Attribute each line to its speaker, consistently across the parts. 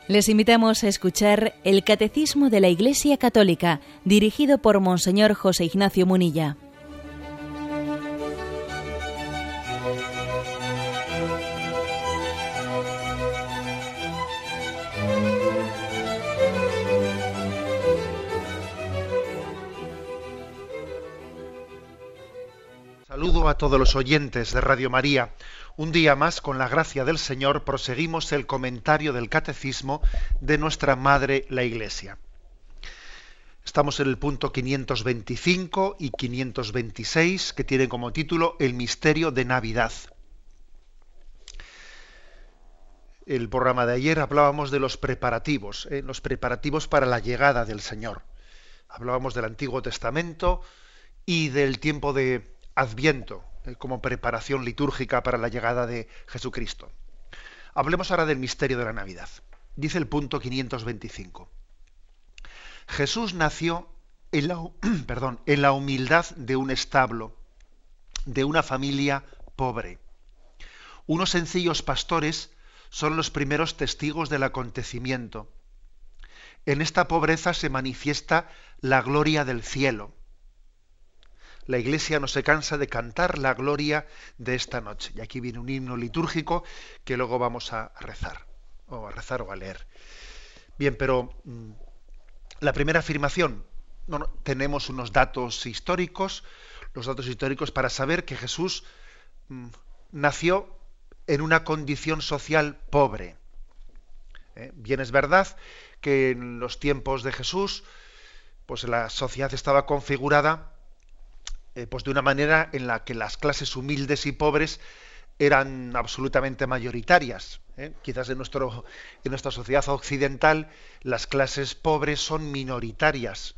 Speaker 1: Les invitamos a escuchar el Catecismo de la Iglesia Católica, dirigido por Monseñor José Ignacio Munilla.
Speaker 2: Saludo a todos los oyentes de Radio María. Un día más, con la gracia del Señor, proseguimos el comentario del Catecismo de nuestra Madre, la Iglesia. Estamos en el punto 525 y 526, que tienen como título El misterio de Navidad. El programa de ayer hablábamos de los preparativos para la llegada del Señor. Hablábamos del Antiguo Testamento y del tiempo de Adviento, como preparación litúrgica para la llegada de Jesucristo. Hablemos ahora del misterio de la Navidad. Dice el punto 525. Jesús nació en la humildad de un establo, de una familia pobre. Unos sencillos pastores son los primeros testigos del acontecimiento. En esta pobreza se manifiesta la gloria del cielo. La Iglesia no se cansa de cantar la gloria de esta noche. Y aquí viene un himno litúrgico que luego vamos a rezar o a leer. Bien, pero la primera afirmación, tenemos unos datos históricos, los datos históricos para saber que Jesús nació en una condición social pobre. Bien es verdad que en los tiempos de Jesús, pues la sociedad estaba configurada pues de una manera en la que las clases humildes y pobres eran absolutamente mayoritarias. Quizás en nuestra sociedad occidental las clases pobres son minoritarias.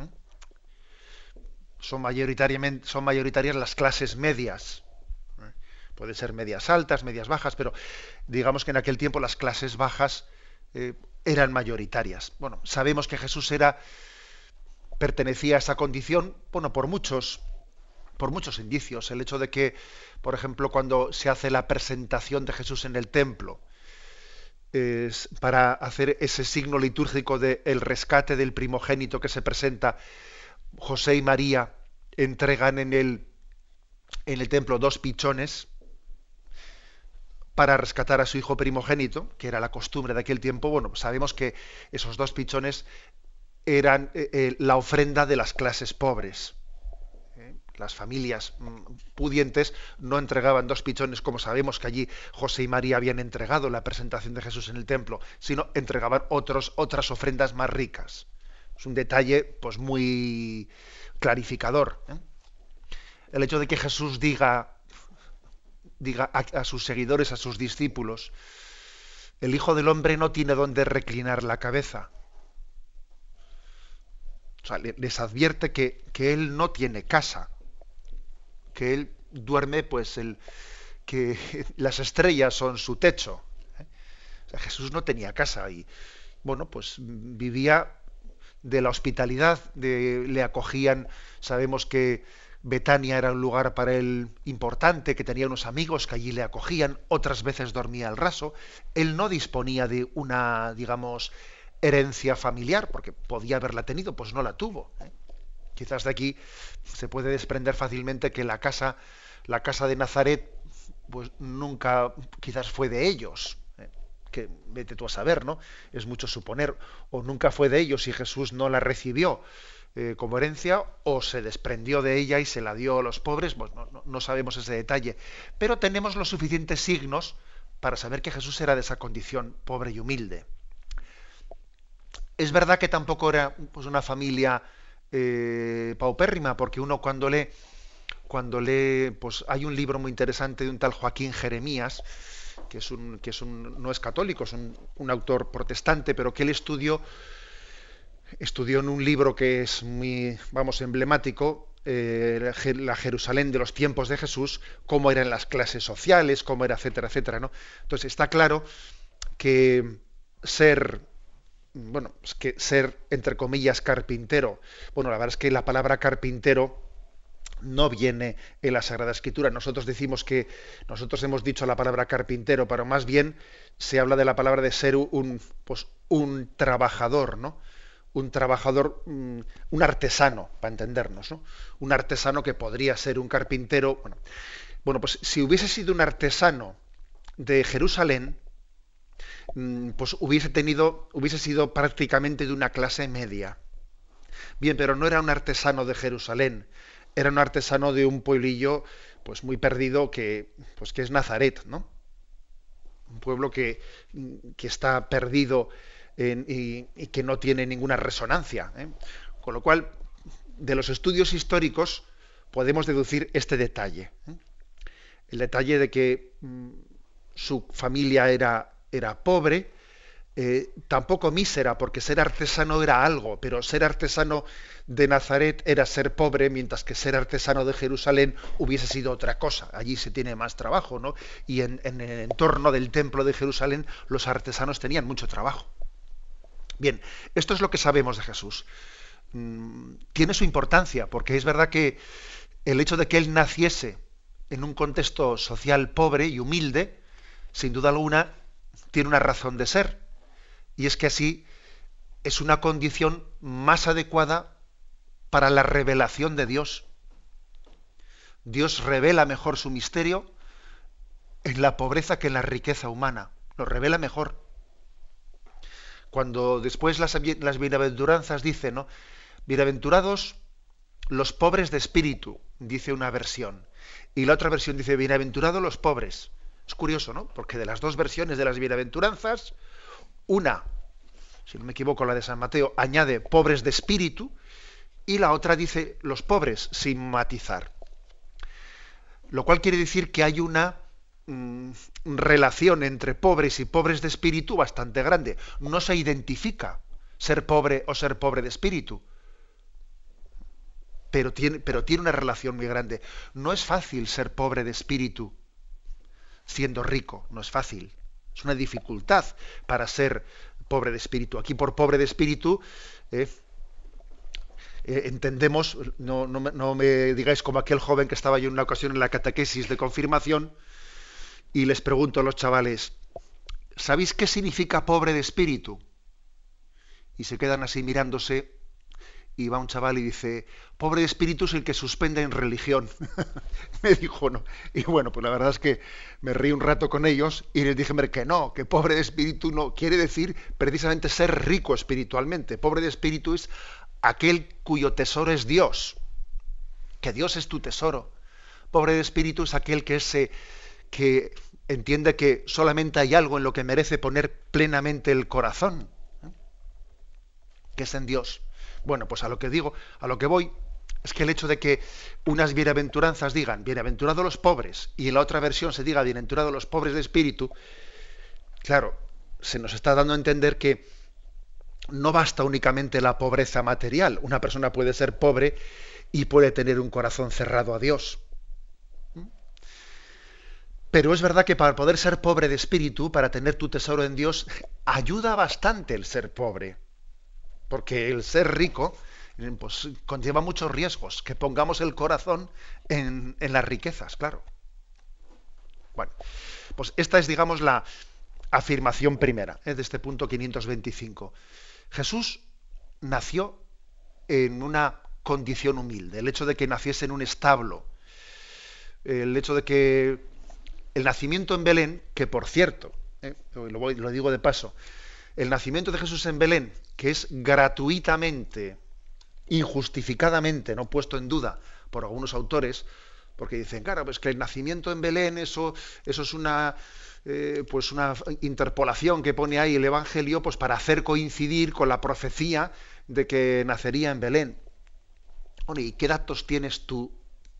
Speaker 2: Son mayoritarias las clases medias. Pueden ser medias altas, medias bajas, pero digamos que en aquel tiempo las clases bajas eran mayoritarias. Bueno, sabemos que Jesús pertenecía a esa condición, por muchos indicios. El hecho de que, por ejemplo, cuando se hace la presentación de Jesús en el templo, para hacer ese signo litúrgico del rescate del primogénito que se presenta, José y María entregan en el templo 2 pichones para rescatar a su hijo primogénito, que era la costumbre de aquel tiempo. Bueno, sabemos que esos 2 pichones eran la ofrenda de las clases pobres. Las familias pudientes no entregaban 2 pichones, como sabemos que allí José y María habían entregado la presentación de Jesús en el templo, sino entregaban otras ofrendas más ricas. Es un detalle pues muy clarificador. El hecho de que Jesús diga a sus seguidores, a sus discípulos, el Hijo del Hombre no tiene dónde reclinar la cabeza. O sea, les advierte que él no tiene casa, que él duerme, que las estrellas son su techo. O sea, Jesús no tenía casa y, vivía de la hospitalidad, le acogían. Sabemos que Betania era un lugar para él importante, que tenía unos amigos que allí le acogían, otras veces dormía al raso. Él no disponía de una, herencia familiar, porque podía haberla tenido, pues no la tuvo. Quizás de aquí se puede desprender fácilmente que la casa de Nazaret, pues nunca quizás fue de ellos, que vete tú a saber, ¿no? Es mucho suponer, o nunca fue de ellos y Jesús no la recibió como herencia, o se desprendió de ella y se la dio a los pobres. Pues no sabemos ese detalle, pero tenemos los suficientes signos para saber que Jesús era de esa condición pobre y humilde. Es verdad que tampoco era pues una familia paupérrima, porque uno cuando lee, pues hay un libro muy interesante de un tal Joaquín Jeremías, que no es católico, es un autor protestante, pero que él estudió en un libro que es muy, emblemático, la Jerusalén de los tiempos de Jesús, cómo eran las clases sociales, cómo era, etcétera, etcétera, ¿no? Entonces está claro que ser, entre comillas, carpintero, la verdad es que la palabra carpintero no viene en la Sagrada Escritura. Nosotros decimos que nosotros hemos dicho la palabra carpintero, pero más bien se habla de la palabra de ser un trabajador, ¿no? Un trabajador, un artesano, para entendernos, ¿no? Un artesano que podría ser un carpintero. Bueno, pues si hubiese sido un artesano de Jerusalén, pues hubiese sido prácticamente de una clase media. Bien, pero no era un artesano de Jerusalén, era un artesano de un pueblillo pues muy perdido que es Nazaret, ¿no? Un pueblo que está perdido y que no tiene ninguna resonancia, ¿eh? Con lo cual, de los estudios históricos podemos deducir este detalle, ¿eh? El detalle de que su familia era pobre, tampoco mísera, porque ser artesano era algo, pero ser artesano de Nazaret era ser pobre, mientras que ser artesano de Jerusalén hubiese sido otra cosa. Allí se tiene más trabajo, ¿no? Y en el entorno del templo de Jerusalén los artesanos tenían mucho trabajo. Bien, esto es lo que sabemos de Jesús. Tiene su importancia, porque es verdad que el hecho de que él naciese en un contexto social pobre y humilde, sin duda alguna, tiene una razón de ser. Y es que así es una condición más adecuada para la revelación de Dios. Dios revela mejor su misterio en la pobreza que en la riqueza humana. Lo revela mejor. Cuando después las bienaventuranzas dicen, ¿no? Bienaventurados los pobres de espíritu, dice una versión. Y la otra versión dice, bienaventurados los pobres. Es curioso, ¿no? Porque de las dos versiones de las bienaventuranzas, una, si no me equivoco, la de San Mateo, añade pobres de espíritu, y la otra dice los pobres, sin matizar. Lo cual quiere decir que hay una relación entre pobres y pobres de espíritu bastante grande. No se identifica ser pobre o ser pobre de espíritu, pero tiene una relación muy grande. No es fácil ser pobre de espíritu siendo rico, no es fácil. Es una dificultad para ser pobre de espíritu. Aquí por pobre de espíritu entendemos, no me digáis como aquel joven que estaba yo en una ocasión en la catequesis de confirmación y les pregunto a los chavales, ¿sabéis qué significa pobre de espíritu? Y se quedan así mirándose y va un chaval y dice, pobre de espíritu es el que suspende en religión. Me dijo, no. Y bueno, pues la verdad es que me reí un rato con ellos y les dije, que no, que pobre de espíritu no quiere decir precisamente ser rico espiritualmente. Pobre de espíritu es aquel cuyo tesoro es Dios, que Dios es tu tesoro. Pobre de espíritu es aquel que entiende que solamente hay algo en lo que merece poner plenamente el corazón, ¿eh? Que es en Dios. Bueno, pues a lo que voy, es que el hecho de que unas bienaventuranzas digan, bienaventurados los pobres, y en la otra versión se diga, bienaventurados los pobres de espíritu, claro, se nos está dando a entender que no basta únicamente la pobreza material. Una persona puede ser pobre y puede tener un corazón cerrado a Dios. Pero es verdad que para poder ser pobre de espíritu, para tener tu tesoro en Dios, ayuda bastante el ser pobre. Porque el ser rico pues, conlleva muchos riesgos, que pongamos el corazón en las riquezas, claro. Bueno, pues esta es, digamos, la afirmación primera, de este punto 525. Jesús nació en una condición humilde. El hecho de que naciese en un establo, el hecho de que el nacimiento en Belén, que por cierto, lo digo de paso, el nacimiento de Jesús en Belén, que es gratuitamente, injustificadamente, no puesto en duda por algunos autores, porque dicen, claro, pues que el nacimiento en Belén, eso es una interpolación que pone ahí el Evangelio, pues para hacer coincidir con la profecía de que nacería en Belén. Bueno, ¿y qué datos tienes tú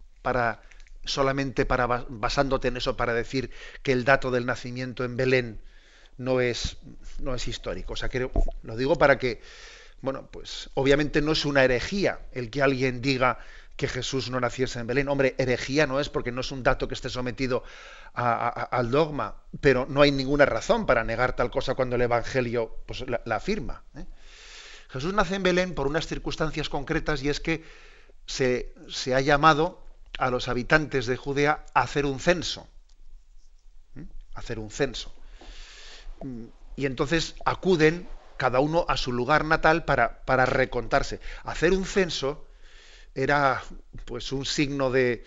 Speaker 2: basándote en eso para decir que el dato del nacimiento en Belén no es histórico? O sea, que lo digo para que, bueno, pues obviamente no es una herejía el que alguien diga que Jesús no naciese en Belén. Hombre, herejía no es, porque no es un dato que esté sometido al dogma, pero no hay ninguna razón para negar tal cosa cuando el Evangelio pues, la afirma, ¿eh? Jesús nace en Belén por unas circunstancias concretas, y es que se ha llamado a los habitantes de Judea a hacer un censo. Hacer un censo. Y entonces acuden cada uno a su lugar natal para recontarse. Hacer un censo era pues un signo de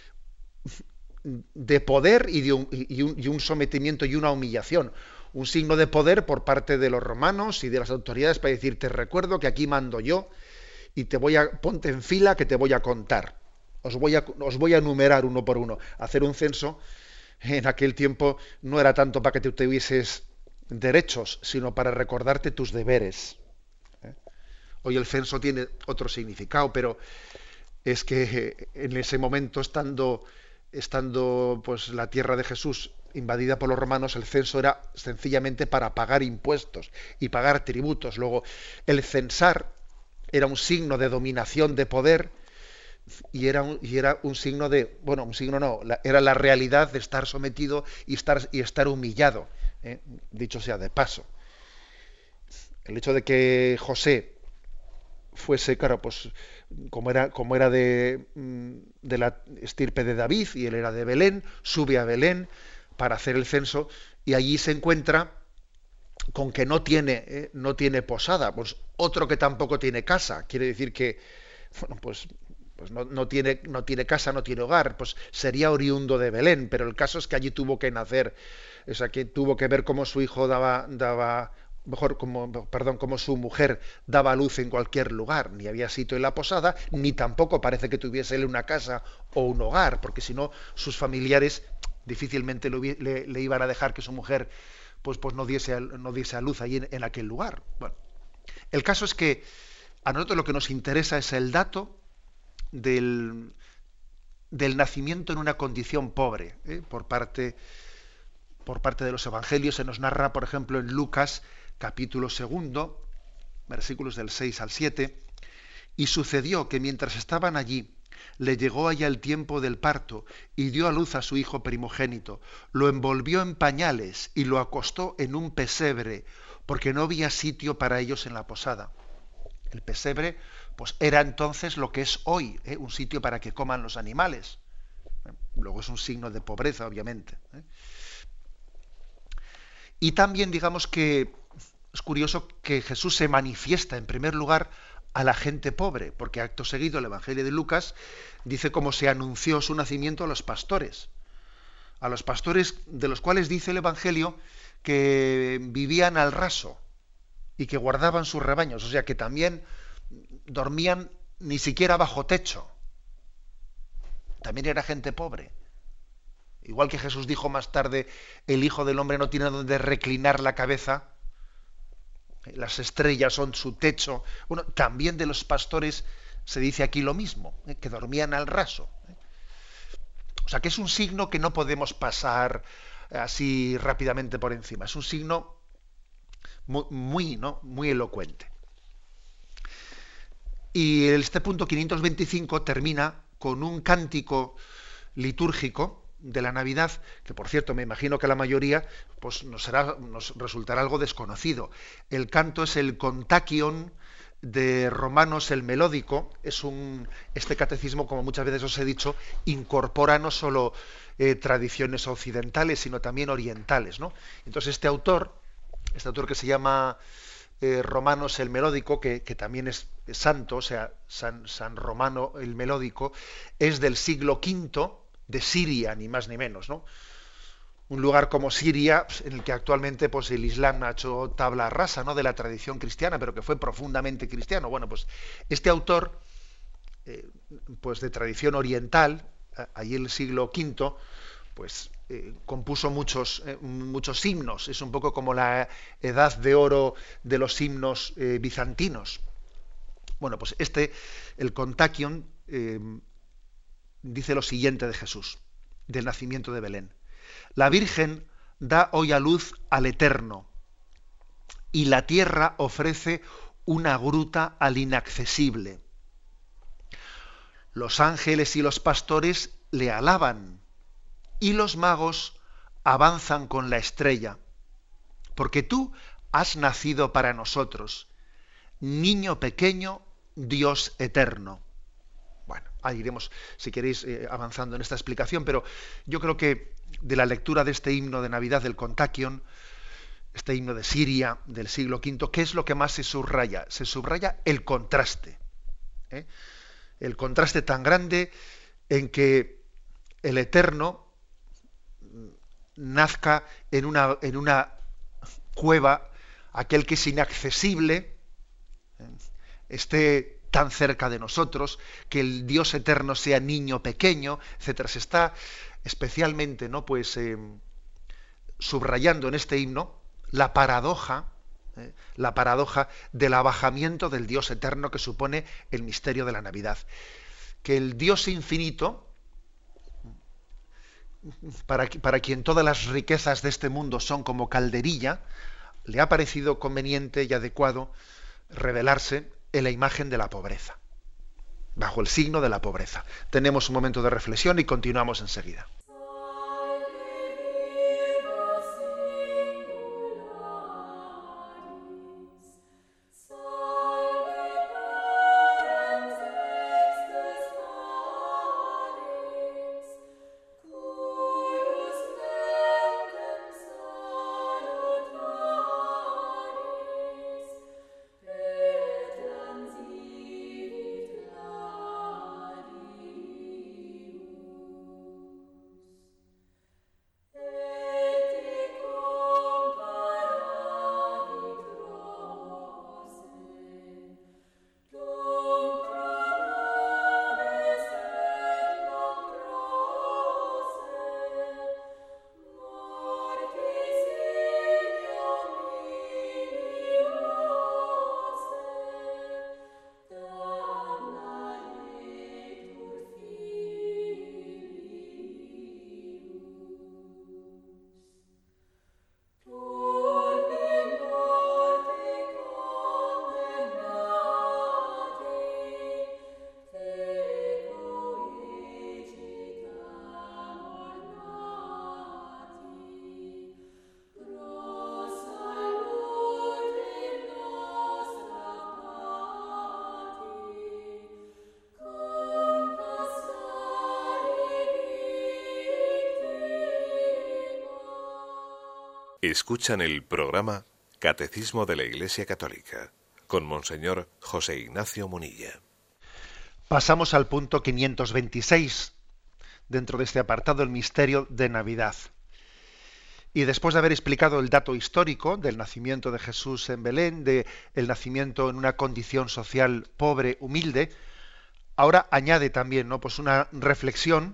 Speaker 2: poder y un sometimiento y una humillación. Un signo de poder por parte de los romanos y de las autoridades para decir, te recuerdo que aquí mando yo y ponte en fila que te voy a contar. Os voy a enumerar uno por uno. Hacer un censo en aquel tiempo no era tanto para que te tuvieses derechos, sino para recordarte tus deberes. Hoy el censo tiene otro significado, pero es que en ese momento, estando pues la tierra de Jesús invadida por los romanos, el censo era sencillamente para pagar impuestos y pagar tributos. Luego, el censar era un signo de dominación, de poder, y era un signo de, bueno, un signo no, era la realidad de estar sometido y estar humillado, dicho sea de paso. El hecho de que José fuese, claro, pues como era de la estirpe de David y él era de Belén, sube a Belén para hacer el censo y allí se encuentra con que no tiene posada, pues otro que tampoco tiene casa. Quiere decir que, bueno, pues no tiene casa, no tiene hogar, pues sería oriundo de Belén, pero el caso es que allí tuvo que nacer, o sea, que tuvo que ver cómo su hijo como su mujer daba luz en cualquier lugar. Ni había sitio en la posada, ni tampoco parece que tuviese él una casa o un hogar, porque si no, sus familiares difícilmente le iban a dejar que su mujer pues no diese a luz allí en aquel lugar. Bueno, el caso es que a nosotros lo que nos interesa es el dato del nacimiento en una condición pobre, por parte de los evangelios. Se nos narra, por ejemplo, en Lucas capítulo 2, versículos del 6 al 7, y sucedió que mientras estaban allí, le llegó allá el tiempo del parto y dio a luz a su hijo primogénito, lo envolvió en pañales y lo acostó en un pesebre, porque no había sitio para ellos en la posada. El pesebre pues era entonces lo que es hoy, un sitio para que coman los animales. Luego es un signo de pobreza, obviamente. Y también digamos que es curioso que Jesús se manifiesta en primer lugar a la gente pobre, porque acto seguido el Evangelio de Lucas dice cómo se anunció su nacimiento a los pastores de los cuales dice el Evangelio que vivían al raso y que guardaban sus rebaños, o sea que también dormían ni siquiera bajo techo. También era gente pobre. Igual que Jesús dijo más tarde, el Hijo del Hombre no tiene donde reclinar la cabeza, las estrellas son su techo. Bueno, también de los pastores se dice aquí lo mismo, que dormían al raso. O sea que es un signo que no podemos pasar así rápidamente por encima. Es un signo muy elocuente. Y este punto 525 termina con un cántico litúrgico de la Navidad, que por cierto me imagino que a la mayoría pues nos resultará algo desconocido. El canto es el Kontakion de Romanos el Melódico. Este catecismo, como muchas veces os he dicho, incorpora no solo tradiciones occidentales, sino también orientales, ¿no? Entonces este autor que se llama Romanos el Melódico, que también es santo, o sea, San Romano el Melódico, es del siglo V de Siria, ni más ni menos, ¿no? Un lugar como Siria, en el que actualmente pues, el Islam ha hecho tabla rasa, ¿no?, de la tradición cristiana, pero que fue profundamente cristiano. Bueno, pues este autor, pues de tradición oriental, allí en el siglo V, pues compuso muchos himnos. Es un poco como la edad de oro de los himnos bizantinos. Bueno, pues el Kontakion, dice lo siguiente de Jesús, del nacimiento de Belén. La Virgen da hoy a luz al Eterno, y la tierra ofrece una gruta al inaccesible. Los ángeles y los pastores le alaban, y los magos avanzan con la estrella, porque tú has nacido para nosotros, niño pequeño, Dios eterno. Bueno, ahí iremos, si queréis, avanzando en esta explicación, pero yo creo que de la lectura de este himno de Navidad del Kontakion, este himno de Siria del siglo V, ¿qué es lo que más se subraya? Se subraya el contraste, ¿eh? El contraste tan grande en que el Eterno nazca en una cueva, aquel que es inaccesible, esté tan cerca de nosotros, que el Dios eterno sea niño pequeño, etcétera. Se está especialmente, ¿no?, pues, subrayando en este himno la paradoja del abajamiento del Dios eterno que supone el misterio de la Navidad. Que el Dios infinito, para quien todas las riquezas de este mundo son como calderilla, le ha parecido conveniente y adecuado revelarse en la imagen de la pobreza, bajo el signo de la pobreza. Tenemos un momento de reflexión y continuamos enseguida.
Speaker 3: Escuchan el programa Catecismo de la Iglesia Católica con Monseñor José Ignacio Munilla.
Speaker 2: Pasamos al punto 526 dentro de este apartado, el misterio de Navidad. Y después de haber explicado el dato histórico del nacimiento de Jesús en Belén, de el nacimiento en una condición social pobre, humilde, ahora añade también, ¿no?, pues una reflexión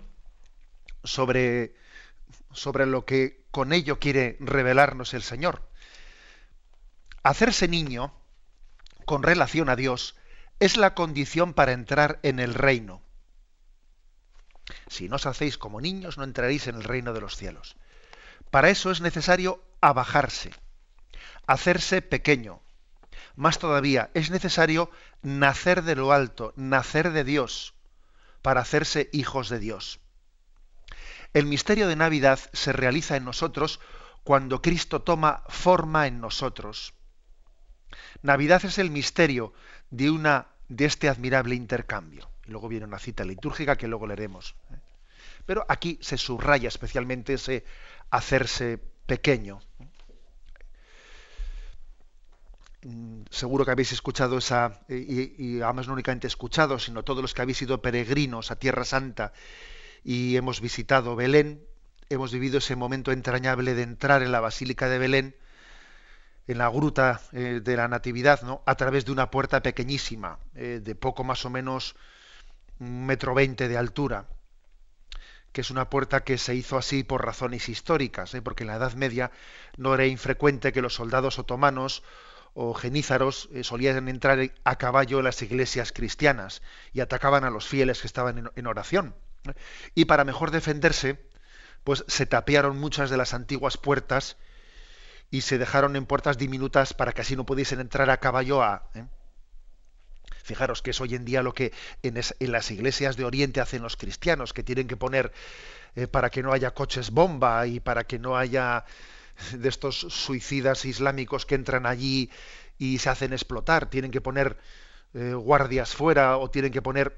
Speaker 2: sobre lo que con ello quiere revelarnos el Señor. Hacerse niño con relación a Dios es la condición para entrar en el reino. Si no os hacéis como niños, no entraréis en el reino de los cielos. Para eso es necesario abajarse, hacerse pequeño. Más todavía, es necesario nacer de lo alto, nacer de Dios, para hacerse hijos de Dios. El misterio de Navidad se realiza en nosotros cuando Cristo toma forma en nosotros. Navidad es el misterio de este admirable intercambio. Y luego viene una cita litúrgica que luego leeremos. Pero aquí se subraya especialmente ese hacerse pequeño. Seguro que habéis escuchado y además no únicamente escuchado, sino todos los que habéis ido peregrinos a Tierra Santa y hemos visitado Belén, hemos vivido ese momento entrañable de entrar en la Basílica de Belén, en la gruta de la Natividad, ¿no?, a través de una puerta pequeñísima, de poco más o menos 1,20 m de altura, que es una puerta que se hizo así por razones históricas, porque en la Edad Media no era infrecuente que los soldados otomanos o genízaros solían entrar a caballo en las iglesias cristianas y atacaban a los fieles que estaban en oración. Y para mejor defenderse, pues se tapiaron muchas de las antiguas puertas y se dejaron en puertas diminutas para que así no pudiesen entrar a caballo Fijaros que es hoy en día lo que en las iglesias de Oriente hacen los cristianos, que tienen que poner para que no haya coches bomba y para que no haya de estos suicidas islámicos que entran allí y se hacen explotar, tienen que poner guardias fuera o tienen que poner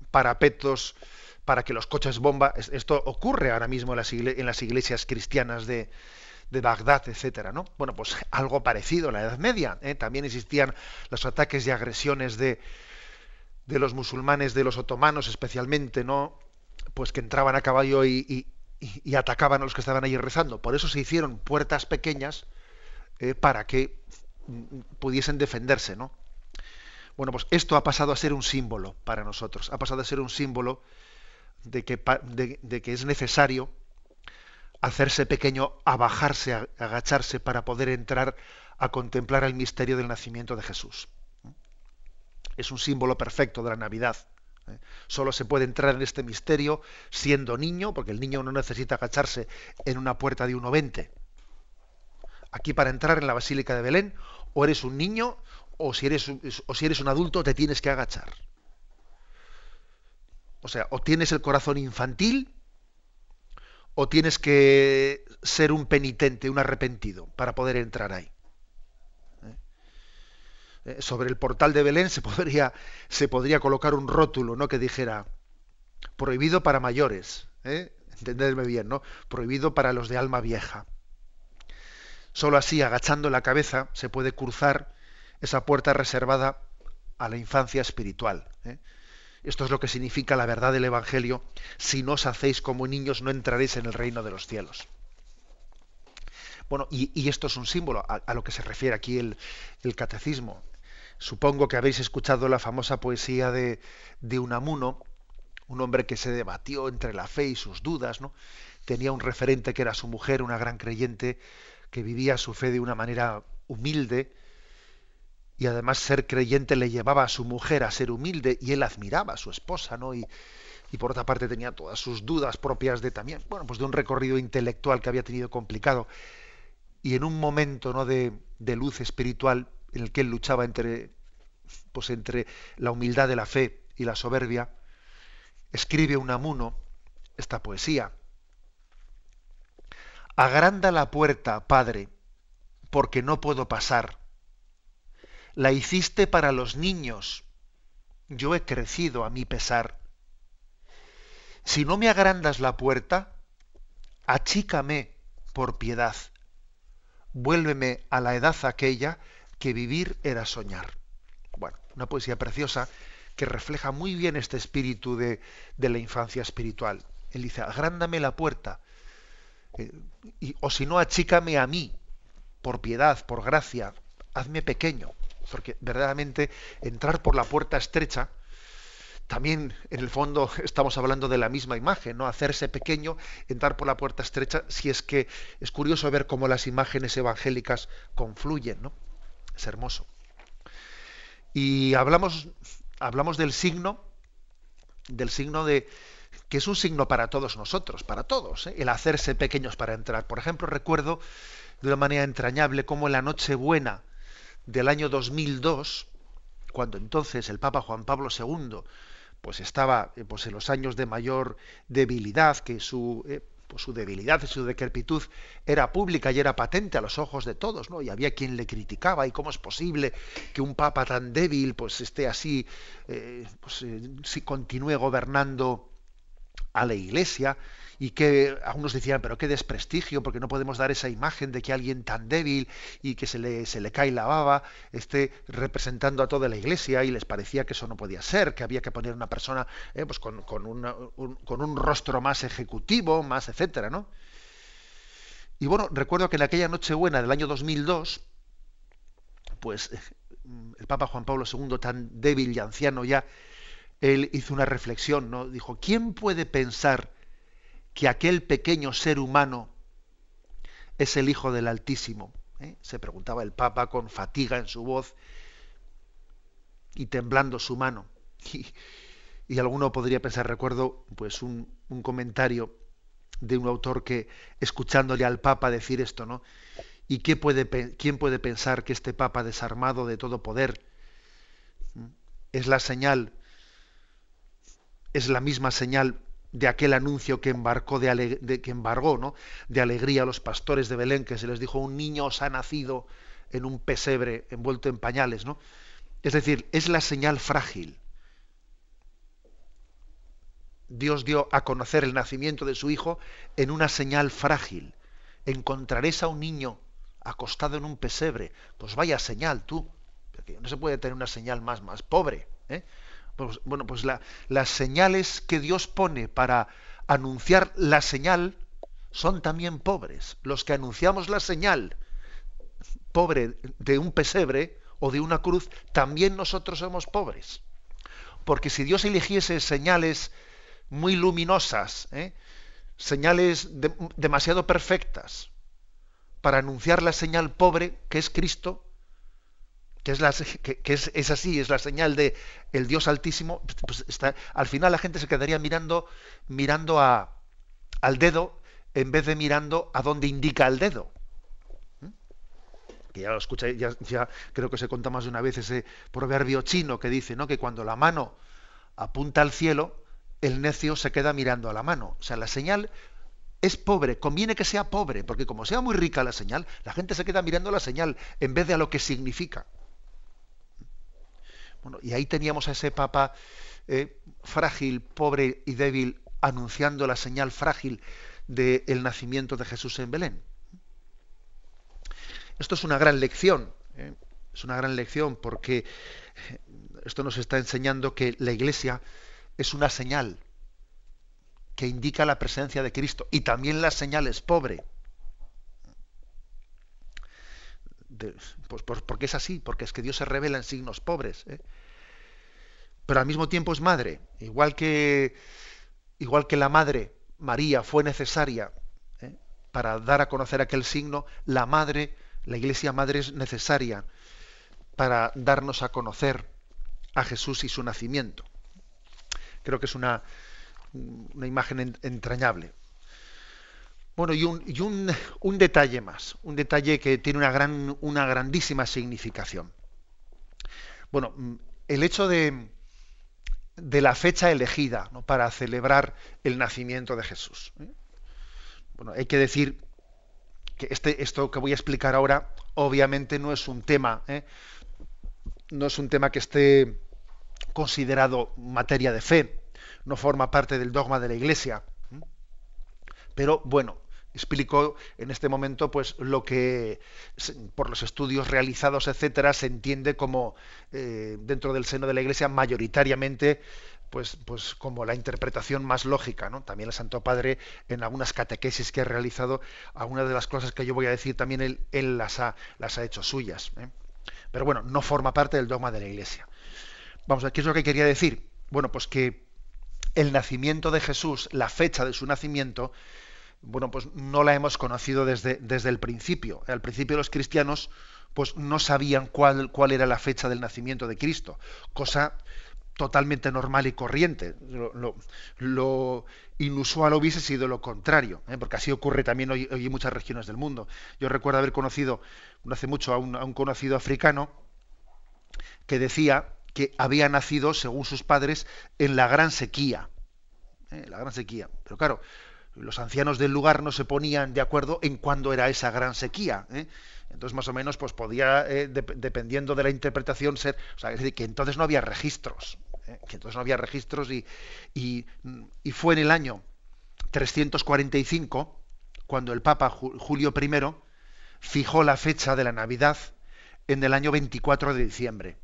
Speaker 2: parapetos para que los coches bomba, esto ocurre ahora mismo en las iglesias cristianas de Bagdad, etcétera, ¿no? Bueno, pues algo parecido en la Edad Media, ¿eh? También existían los ataques y agresiones de los musulmanes, de los otomanos especialmente, ¿no? Pues que entraban a caballo y atacaban a los que estaban allí rezando. Por eso se hicieron puertas pequeñas para que pudiesen defenderse, ¿no? Bueno, pues esto ha pasado a ser un símbolo para nosotros, ha pasado a ser un símbolo de que es necesario hacerse pequeño, abajarse, agacharse para poder entrar a contemplar el misterio del nacimiento de Jesús. Es un símbolo perfecto de la Navidad. Solo se puede entrar en este misterio siendo niño, porque el niño no necesita agacharse en una puerta de 1,20. Aquí para entrar en la Basílica de Belén, o eres un niño, o si eres un adulto te tienes que agachar. O sea, o tienes el corazón infantil, o tienes que ser un penitente, un arrepentido, para poder entrar ahí. Sobre el portal de Belén se podría colocar un rótulo, ¿no?, que dijera prohibido para mayores, entendedme bien, ¿no? Prohibido para los de alma vieja. Solo así, agachando la cabeza, se puede cruzar esa puerta reservada a la infancia espiritual. Esto es lo que significa la verdad del Evangelio: si no os hacéis como niños, no entraréis en el reino de los cielos. Bueno, y esto es un símbolo a lo que se refiere aquí el catecismo. Supongo que habéis escuchado la famosa poesía de Unamuno, un hombre que se debatió entre la fe y sus dudas, ¿no? Tenía un referente que era su mujer, una gran creyente, que vivía su fe de una manera humilde, y además ser creyente le llevaba a su mujer a ser humilde, y él admiraba a su esposa, ¿no? Y por otra parte tenía todas sus dudas propias de también, bueno, pues de un recorrido intelectual que había tenido complicado. Y en un momento, ¿no?, de luz espiritual, en el que él luchaba entre la humildad de la fe y la soberbia, escribe Unamuno esta poesía: agranda la puerta, Padre, porque no puedo pasar. La hiciste para los niños, yo he crecido a mi pesar. Si no me agrandas la puerta, achícame por piedad. Vuélveme a la edad aquella que vivir era soñar. Bueno, una poesía preciosa que refleja muy bien este espíritu de la infancia espiritual. Él dice: agrándame la puerta, o si no, achícame a mí, por piedad, por gracia, hazme pequeño, porque verdaderamente entrar por la puerta estrecha, también en el fondo estamos hablando de la misma imagen, ¿no? Hacerse pequeño, entrar por la puerta estrecha. Si es que es curioso ver cómo las imágenes evangélicas confluyen, ¿no? Es hermoso. Y hablamos del signo de que es un signo para todos nosotros, para todos, el hacerse pequeños para entrar. Por ejemplo, recuerdo de una manera entrañable cómo en la Nochebuena del año 2002, cuando entonces el Papa Juan Pablo II pues estaba en los años de mayor debilidad, que su debilidad y su decrepitud era pública y era patente a los ojos de todos, ¿no? Y había quien le criticaba: ¿y cómo es posible que un papa tan débil pues esté así, si continúe gobernando a la Iglesia? Y que algunos decían: pero qué desprestigio, porque no podemos dar esa imagen de que alguien tan débil y que se le cae la baba esté representando a toda la Iglesia. Y les parecía que eso no podía ser, que había que poner una persona pues con un rostro más ejecutivo, más etcétera, ¿no? Y bueno, recuerdo que en aquella Nochebuena del año 2002, pues el Papa Juan Pablo II, tan débil y anciano ya, él hizo una reflexión, ¿no? Dijo: ¿quién puede pensar que aquel pequeño ser humano es el Hijo del Altísimo? Se preguntaba el Papa con fatiga en su voz y temblando su mano. Y alguno podría pensar, recuerdo pues un comentario de un autor que, escuchándole al Papa decir esto, ¿no? ¿Y quién puede pensar que este Papa desarmado de todo poder es la misma señal de aquel anuncio que embargó, ¿no?, de alegría a los pastores de Belén, que se les dijo: un niño os ha nacido en un pesebre envuelto en pañales, ¿no? Es decir, es la señal frágil. Dios dio a conocer el nacimiento de su Hijo en una señal frágil. Encontraréis a un niño acostado en un pesebre. Pues vaya señal, tú. Porque no se puede tener una señal más pobre, ¿eh? Pues, bueno, pues las señales que Dios pone para anunciar la señal son también pobres. Los que anunciamos la señal pobre de un pesebre o de una cruz, también nosotros somos pobres. Porque si Dios eligiese señales muy luminosas, señales demasiado perfectas, para anunciar la señal pobre, que es Cristo, es así, es la señal de el Dios Altísimo, pues al final la gente se quedaría mirando al dedo en vez de mirando a dónde indica el dedo. Que ya lo escucha, ya creo que se cuenta más de una vez ese proverbio chino que dice, ¿no?, que cuando la mano apunta al cielo, el necio se queda mirando a la mano. O sea, la señal es pobre, conviene que sea pobre, porque como sea muy rica la señal, la gente se queda mirando a la señal en vez de a lo que significa. Bueno, y ahí teníamos a ese Papa frágil, pobre y débil, anunciando la señal frágil del nacimiento de Jesús en Belén. Esto es una gran lección, es una gran lección porque esto nos está enseñando que la Iglesia es una señal que indica la presencia de Cristo, y también la señal es pobre. Porque es así, porque es que Dios se revela en signos pobres, pero al mismo tiempo es madre, igual que la madre María fue necesaria para dar a conocer aquel signo, la Iglesia madre es necesaria para darnos a conocer a Jesús y su nacimiento. Creo que es una imagen entrañable. Bueno, y un detalle más, un detalle que tiene una grandísima significación. Bueno, el hecho de la fecha elegida, ¿no?, para celebrar el nacimiento de Jesús. Bueno, hay que decir que esto que voy a explicar ahora, obviamente no es un tema que esté considerado materia de fe, no forma parte del dogma de la Iglesia. Pero bueno, explico en este momento pues lo que por los estudios realizados, etcétera, se entiende como dentro del seno de la Iglesia mayoritariamente pues como la interpretación más lógica, ¿no? También el Santo Padre, en algunas catequesis que ha realizado, algunas de las cosas que yo voy a decir también él las ha hecho suyas, ¿eh? Pero bueno, no forma parte del dogma de la Iglesia. Vamos a ver, ¿qué es lo que quería decir? Bueno, pues que el nacimiento de Jesús, la fecha de su nacimiento, bueno, pues no la hemos conocido desde el principio. Al principio los cristianos pues no sabían cuál era la fecha del nacimiento de Cristo, cosa totalmente normal y corriente. Lo inusual hubiese sido lo contrario, porque así ocurre también hoy en muchas regiones del mundo. Yo recuerdo haber conocido no hace mucho a un conocido africano que decía que había nacido, según sus padres, en la gran sequía. La gran sequía. Pero claro, los ancianos del lugar no se ponían de acuerdo en cuándo era esa gran sequía. Entonces, más o menos, pues podía, dependiendo de la interpretación, ser... O sea, es decir, que entonces no había registros. Y fue en el año 345 cuando el Papa Julio I fijó la fecha de la Navidad en el año 24 de diciembre.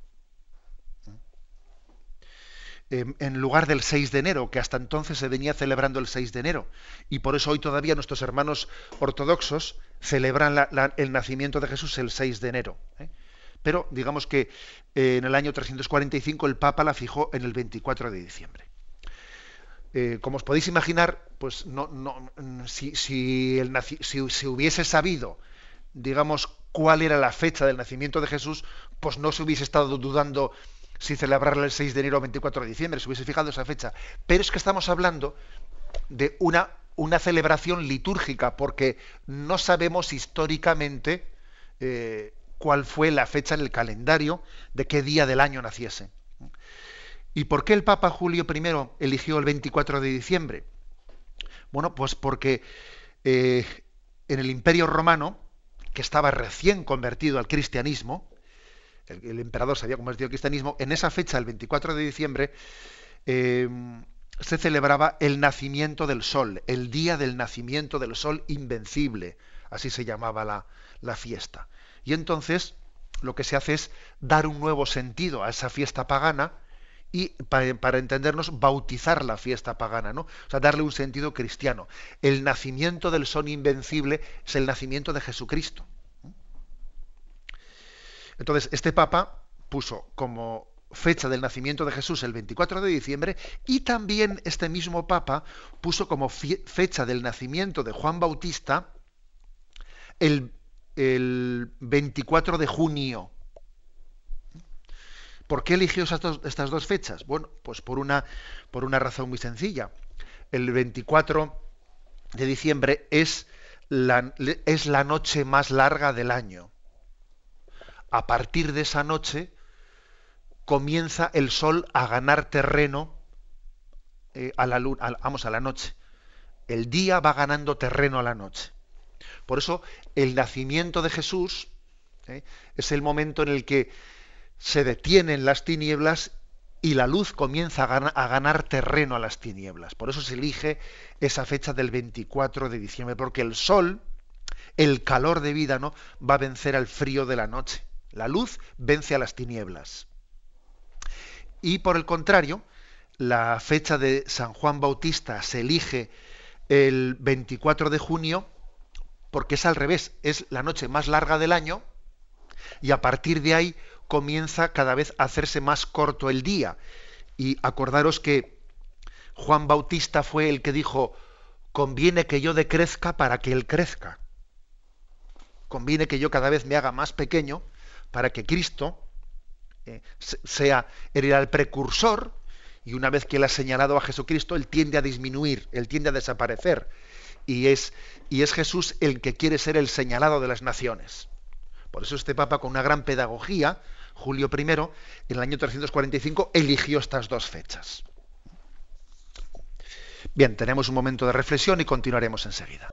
Speaker 2: En lugar del 6 de enero, que hasta entonces se venía celebrando el 6 de enero. Y por eso hoy todavía nuestros hermanos ortodoxos celebran el nacimiento de Jesús el 6 de enero. Pero digamos que en el año 345 el Papa la fijó en el 24 de diciembre. Como os podéis imaginar, pues si hubiese sabido, digamos, cuál era la fecha del nacimiento de Jesús, pues no se hubiese estado dudando si celebrarla el 6 de enero o 24 de diciembre, se hubiese fijado esa fecha. Pero es que estamos hablando de una celebración litúrgica, porque no sabemos históricamente cuál fue la fecha en el calendario de qué día del año naciese. ¿Y por qué el Papa Julio I eligió el 24 de diciembre? Bueno, pues porque en el Imperio Romano, que estaba recién convertido al cristianismo, el emperador se había convertido al cristianismo, en esa fecha, el 24 de diciembre, se celebraba el nacimiento del sol, el día del nacimiento del sol invencible, así se llamaba la fiesta. Y entonces lo que se hace es dar un nuevo sentido a esa fiesta pagana y, para entendernos, bautizar la fiesta pagana, ¿no? O sea, darle un sentido cristiano. El nacimiento del sol invencible es el nacimiento de Jesucristo. Entonces, este Papa puso como fecha del nacimiento de Jesús el 24 de diciembre, y también este mismo Papa puso como fecha del nacimiento de Juan Bautista el 24 de junio. ¿Por qué eligió estas dos fechas? Bueno, pues por una razón muy sencilla. El 24 de diciembre es la noche más larga del año. A partir de esa noche comienza el sol a ganar terreno a la noche. El día va ganando terreno a la noche. Por eso el nacimiento de Jesús es el momento en el que se detienen las tinieblas y la luz comienza a ganar terreno a las tinieblas. Por eso se elige esa fecha del 24 de diciembre, porque el sol, el calor de vida, ¿no?, va a vencer al frío de la noche. La luz vence a las tinieblas. Y por el contrario, la fecha de San Juan Bautista se elige el 24 de junio porque es al revés, es la noche más larga del año y a partir de ahí comienza cada vez a hacerse más corto el día. Y acordaros que Juan Bautista fue el que dijo: conviene que yo decrezca para que él crezca. Conviene que yo cada vez me haga más pequeño para que Cristo sea el precursor, y una vez que él ha señalado a Jesucristo, él tiende a disminuir, él tiende a desaparecer. Y es Jesús el que quiere ser el señalado de las naciones. Por eso este Papa, con una gran pedagogía, Julio I, en el año 345, eligió estas dos fechas. Bien, tenemos un momento de reflexión y continuaremos enseguida.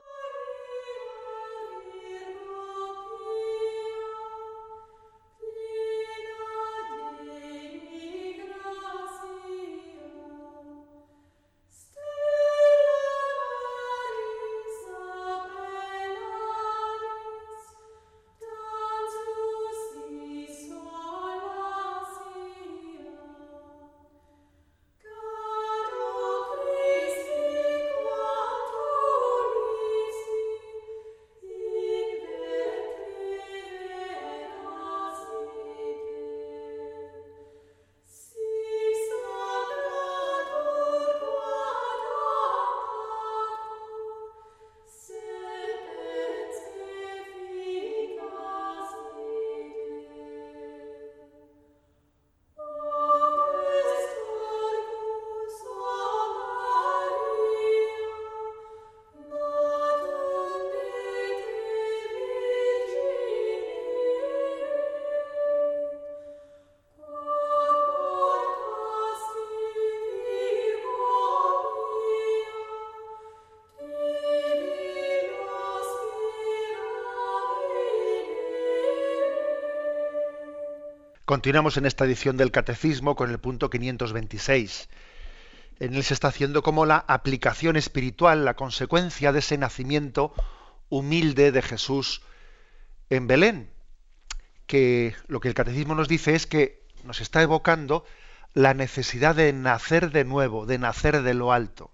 Speaker 2: Continuamos en esta edición del Catecismo con el punto 526. En él se está haciendo como la aplicación espiritual, la consecuencia de ese nacimiento humilde de Jesús en Belén. Que lo que el Catecismo nos dice es que nos está evocando la necesidad de nacer de nuevo, de nacer de lo alto.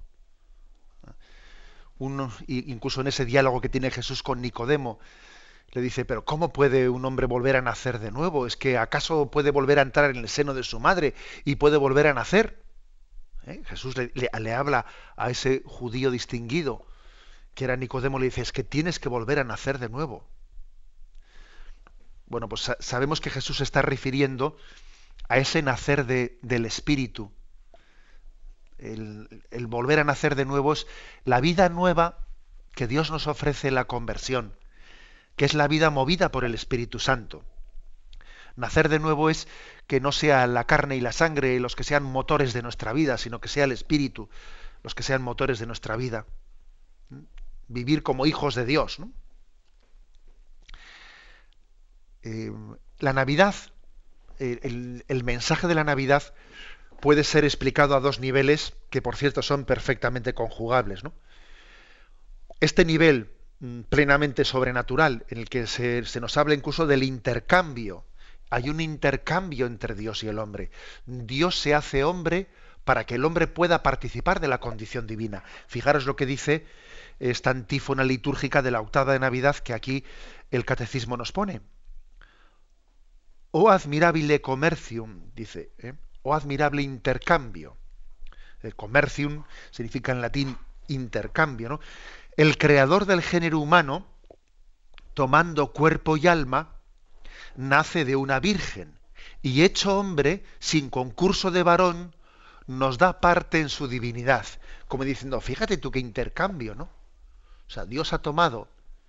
Speaker 2: Incluso en ese diálogo que tiene Jesús con Nicodemo, le dice: pero ¿cómo puede un hombre volver a nacer de nuevo? ¿Es que acaso puede volver a entrar en el seno de su madre y puede volver a nacer? Jesús le habla a ese judío distinguido, que era Nicodemo, le dice: es que tienes que volver a nacer de nuevo. Bueno, pues sabemos que Jesús se está refiriendo a ese nacer del Espíritu. El volver a nacer de nuevo es la vida nueva que Dios nos ofrece en la conversión, que es la vida movida por el Espíritu Santo. Nacer de nuevo es que no sea la carne y la sangre los que sean motores de nuestra vida, sino que sea el Espíritu los que sean motores de nuestra vida. Vivir como hijos de Dios, ¿no? La Navidad, el mensaje de la Navidad, puede ser explicado a dos niveles que, por cierto, son perfectamente conjugables, ¿no? Este nivel plenamente sobrenatural, en el que se nos habla incluso del intercambio. Hay un intercambio entre Dios y el hombre. Dios se hace hombre para que el hombre pueda participar de la condición divina. Fijaros lo que dice esta antífona litúrgica de la octava de Navidad que aquí el Catecismo nos pone. O admirabile commercium, dice, o admirable intercambio. El commercium significa en latín intercambio, ¿no? El creador del género humano, tomando cuerpo y alma, nace de una virgen y hecho hombre, sin concurso de varón, nos da parte en su divinidad. Como diciendo, fíjate tú qué intercambio, ¿no? O sea, Dios ha tomado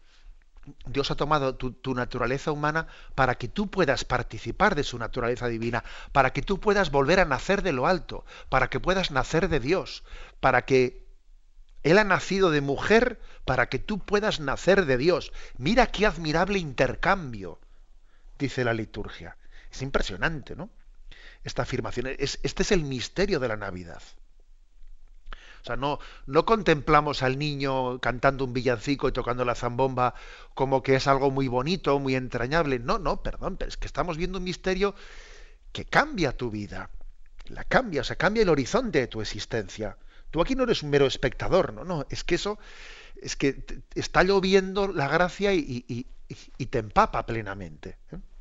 Speaker 2: tu naturaleza humana para que tú puedas participar de su naturaleza divina, para que tú puedas volver a nacer de lo alto, para que puedas nacer de Dios, para que Él ha nacido de mujer para que tú puedas nacer de Dios. Mira qué admirable intercambio, dice la liturgia. Es impresionante, ¿no? Esta afirmación. Este es el misterio de la Navidad. O sea, no contemplamos al niño cantando un villancico y tocando la zambomba como que es algo muy bonito, muy entrañable. No, perdón, pero es que estamos viendo un misterio que cambia tu vida. La cambia, o sea, cambia el horizonte de tu existencia. Tú aquí no eres un mero espectador, no, es que eso, es que está lloviendo la gracia y te empapa plenamente.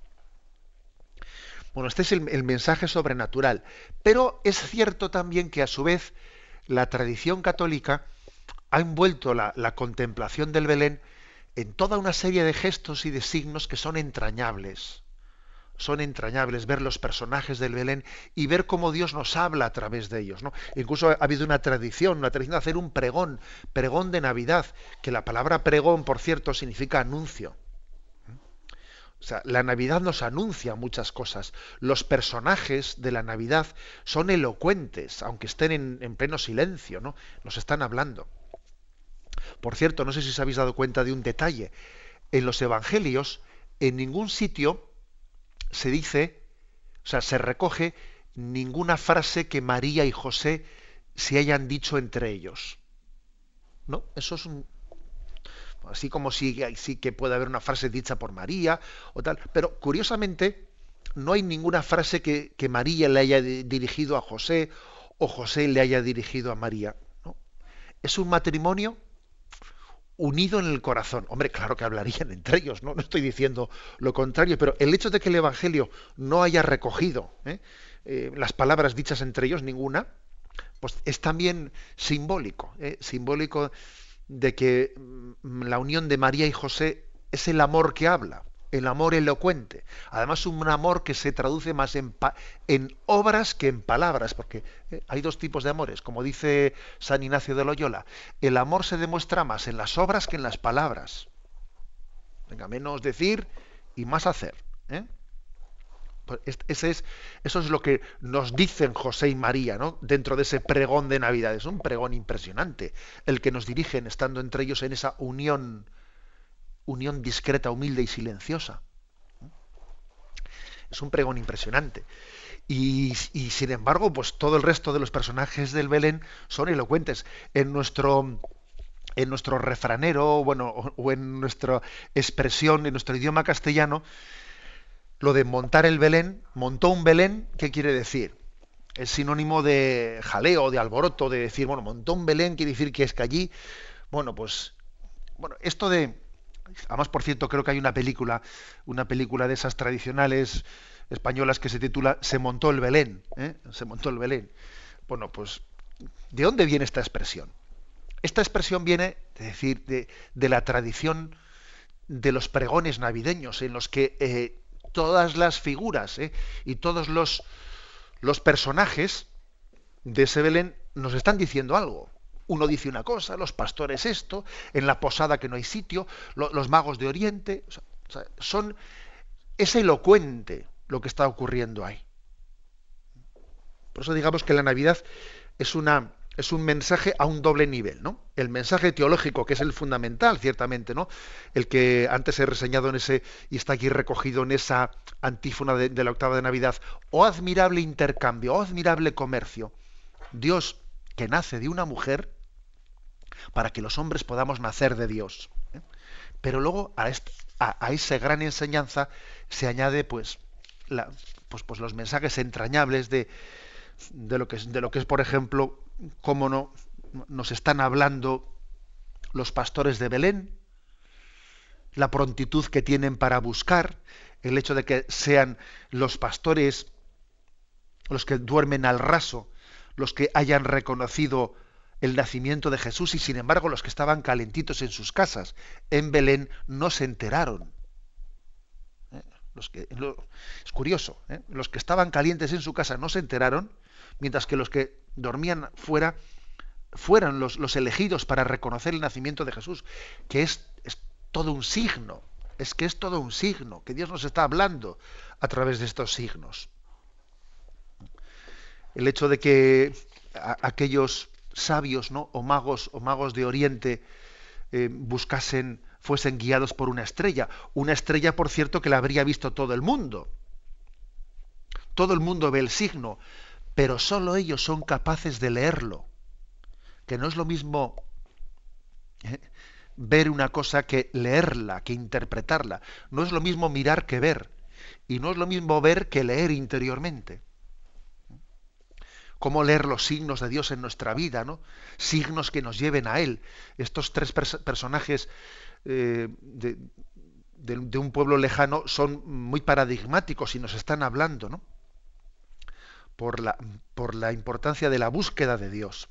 Speaker 2: Bueno, este es el mensaje sobrenatural. Pero es cierto también que a su vez la tradición católica ha envuelto la contemplación del Belén en toda una serie de gestos y de signos que son entrañables. Son entrañables ver los personajes del Belén y ver cómo Dios nos habla a través de ellos, ¿no? Incluso ha habido una tradición de hacer un pregón de Navidad, que la palabra pregón, por cierto, significa anuncio. O sea, la Navidad nos anuncia muchas cosas. Los personajes de la Navidad son elocuentes, aunque estén en pleno silencio, ¿no? Nos están hablando. Por cierto, no sé si os habéis dado cuenta de un detalle. En los Evangelios, en ningún sitio se dice, o sea, se recoge ninguna frase que María y José se hayan dicho entre ellos. ¿No? Eso es así como sí que puede haber una frase dicha por María o tal, pero curiosamente no hay ninguna frase que María le haya dirigido a José o José le haya dirigido a María, ¿no? Es un matrimonio unido en el corazón. Hombre, claro que hablarían entre ellos, no estoy diciendo lo contrario, pero el hecho de que el Evangelio no haya recogido las palabras dichas entre ellos, ninguna, pues es también simbólico, simbólico de que la unión de María y José es el amor que habla, el amor elocuente. Además, un amor que se traduce más en obras que en palabras, porque hay dos tipos de amores. Como dice San Ignacio de Loyola, el amor se demuestra más en las obras que en las palabras. Venga, menos decir y más hacer. Pues eso es lo que nos dicen José y María, ¿no? Dentro de ese pregón de Navidad. Es un pregón impresionante, el que nos dirigen estando entre ellos en esa unión discreta, humilde y silenciosa. Es un pregón impresionante. Y sin embargo, pues todo el resto de los personajes del Belén son elocuentes. En nuestro refranero, bueno, o en nuestra expresión, en nuestro idioma castellano, lo de montar el Belén, montó un Belén, ¿qué quiere decir? Es sinónimo de jaleo, de alboroto, de decir, bueno, montó un Belén, quiere decir que es que allí, bueno, pues, bueno, esto de, además, por cierto, creo que hay una película de esas tradicionales españolas que se titula Se montó el Belén, Se montó el Belén. Bueno, pues, ¿de dónde viene esta expresión? Esta expresión viene, es decir, de la tradición de los pregones navideños, en los que todas las figuras y todos los personajes de ese Belén nos están diciendo algo. Uno dice una cosa, los pastores esto, en la posada que no hay sitio, los magos de Oriente. O sea, es elocuente lo que está ocurriendo ahí. Por eso digamos que la Navidad es una es un mensaje a un doble nivel, ¿no? El mensaje teológico, que es el fundamental, ciertamente, ¿no? El que antes he reseñado en ese, y está aquí recogido en esa antífona de la octava de Navidad. Oh admirable intercambio, oh admirable comercio. Dios que nace de una mujer para que los hombres podamos nacer de Dios. ¿Eh? Pero luego a esa gran enseñanza se añade pues los mensajes entrañables de lo que es, por ejemplo, cómo no nos están hablando los pastores de Belén, la prontitud que tienen para buscar, el hecho de que sean los pastores los que duermen al raso, los que hayan reconocido el nacimiento de Jesús, y sin embargo los que estaban calentitos en sus casas en Belén no se enteraron. Es curioso, los que estaban calientes en su casa no se enteraron, mientras que los que dormían fuera fueran los elegidos para reconocer el nacimiento de Jesús, que es todo un signo, es todo un signo, que Dios nos está hablando a través de estos signos. El hecho de que aquellos sabios, ¿no? o magos de Oriente fuesen guiados por una estrella, por cierto, que la habría visto todo el mundo. Todo el mundo ve el signo, pero solo ellos son capaces de leerlo. Que no es lo mismo ver una cosa que leerla, que interpretarla. No es lo mismo mirar que ver. Y no es lo mismo ver que leer interiormente. Cómo leer los signos de Dios en nuestra vida, ¿no? Signos que nos lleven a Él. Estos tres personajes de un pueblo lejano son muy paradigmáticos y nos están hablando, ¿no? Por la importancia de la búsqueda de Dios.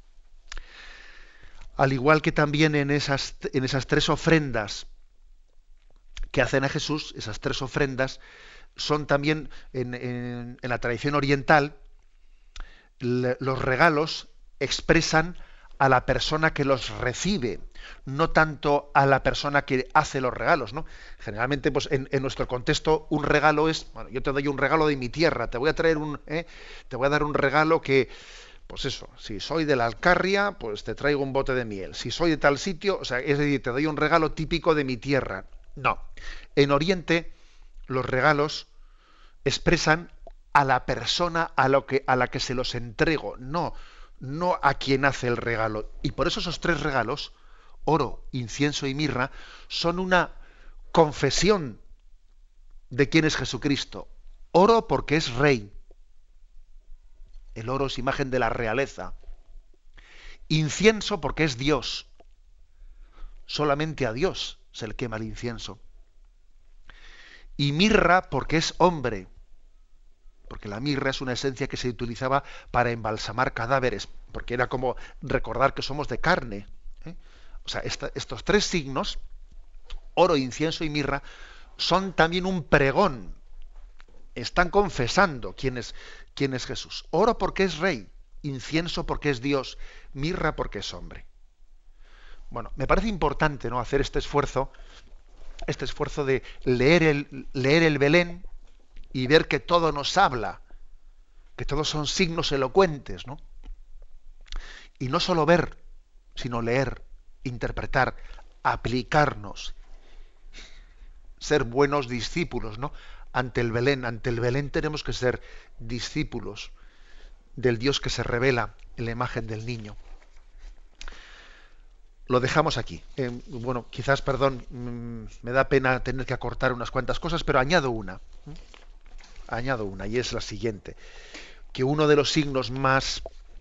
Speaker 2: Al igual que también en esas tres ofrendas que hacen a Jesús, esas tres ofrendas son también en la tradición oriental. Los regalos expresan a la persona que los recibe, no tanto a la persona que hace los regalos, ¿no? Generalmente, pues en nuestro contexto, un regalo es, bueno, yo te doy un regalo de mi tierra, te voy a dar un regalo que, pues eso, si soy de la Alcarria, pues te traigo un bote de miel. Si soy de tal sitio, o sea, es decir, te doy un regalo típico de mi tierra. No. En Oriente, los regalos expresan a la persona a la que se los entrego, no a quien hace el regalo. Y por eso esos tres regalos, oro, incienso y mirra, son una confesión de quién es Jesucristo. Oro porque es rey. El oro es imagen de la realeza. Incienso porque es Dios. Solamente a Dios se le quema el incienso. Y mirra porque es hombre. Porque la mirra es una esencia que se utilizaba para embalsamar cadáveres, porque era como recordar que somos de carne. O sea, estos tres signos, oro, incienso y mirra, son también un pregón. Están confesando quién es Jesús. Oro porque es rey, incienso porque es Dios, mirra porque es hombre. Bueno, me parece importante, ¿no?, hacer este esfuerzo de leer el Belén y ver que todo nos habla, que todos son signos elocuentes, ¿no? Y no solo ver, sino leer, interpretar, aplicarnos, ser buenos discípulos, ¿no? Ante el Belén tenemos que ser discípulos del Dios que se revela en la imagen del niño. Lo dejamos aquí. Bueno, quizás, perdón, me da pena tener que acortar unas cuantas cosas, pero añado una, y es la siguiente: que uno de los signos más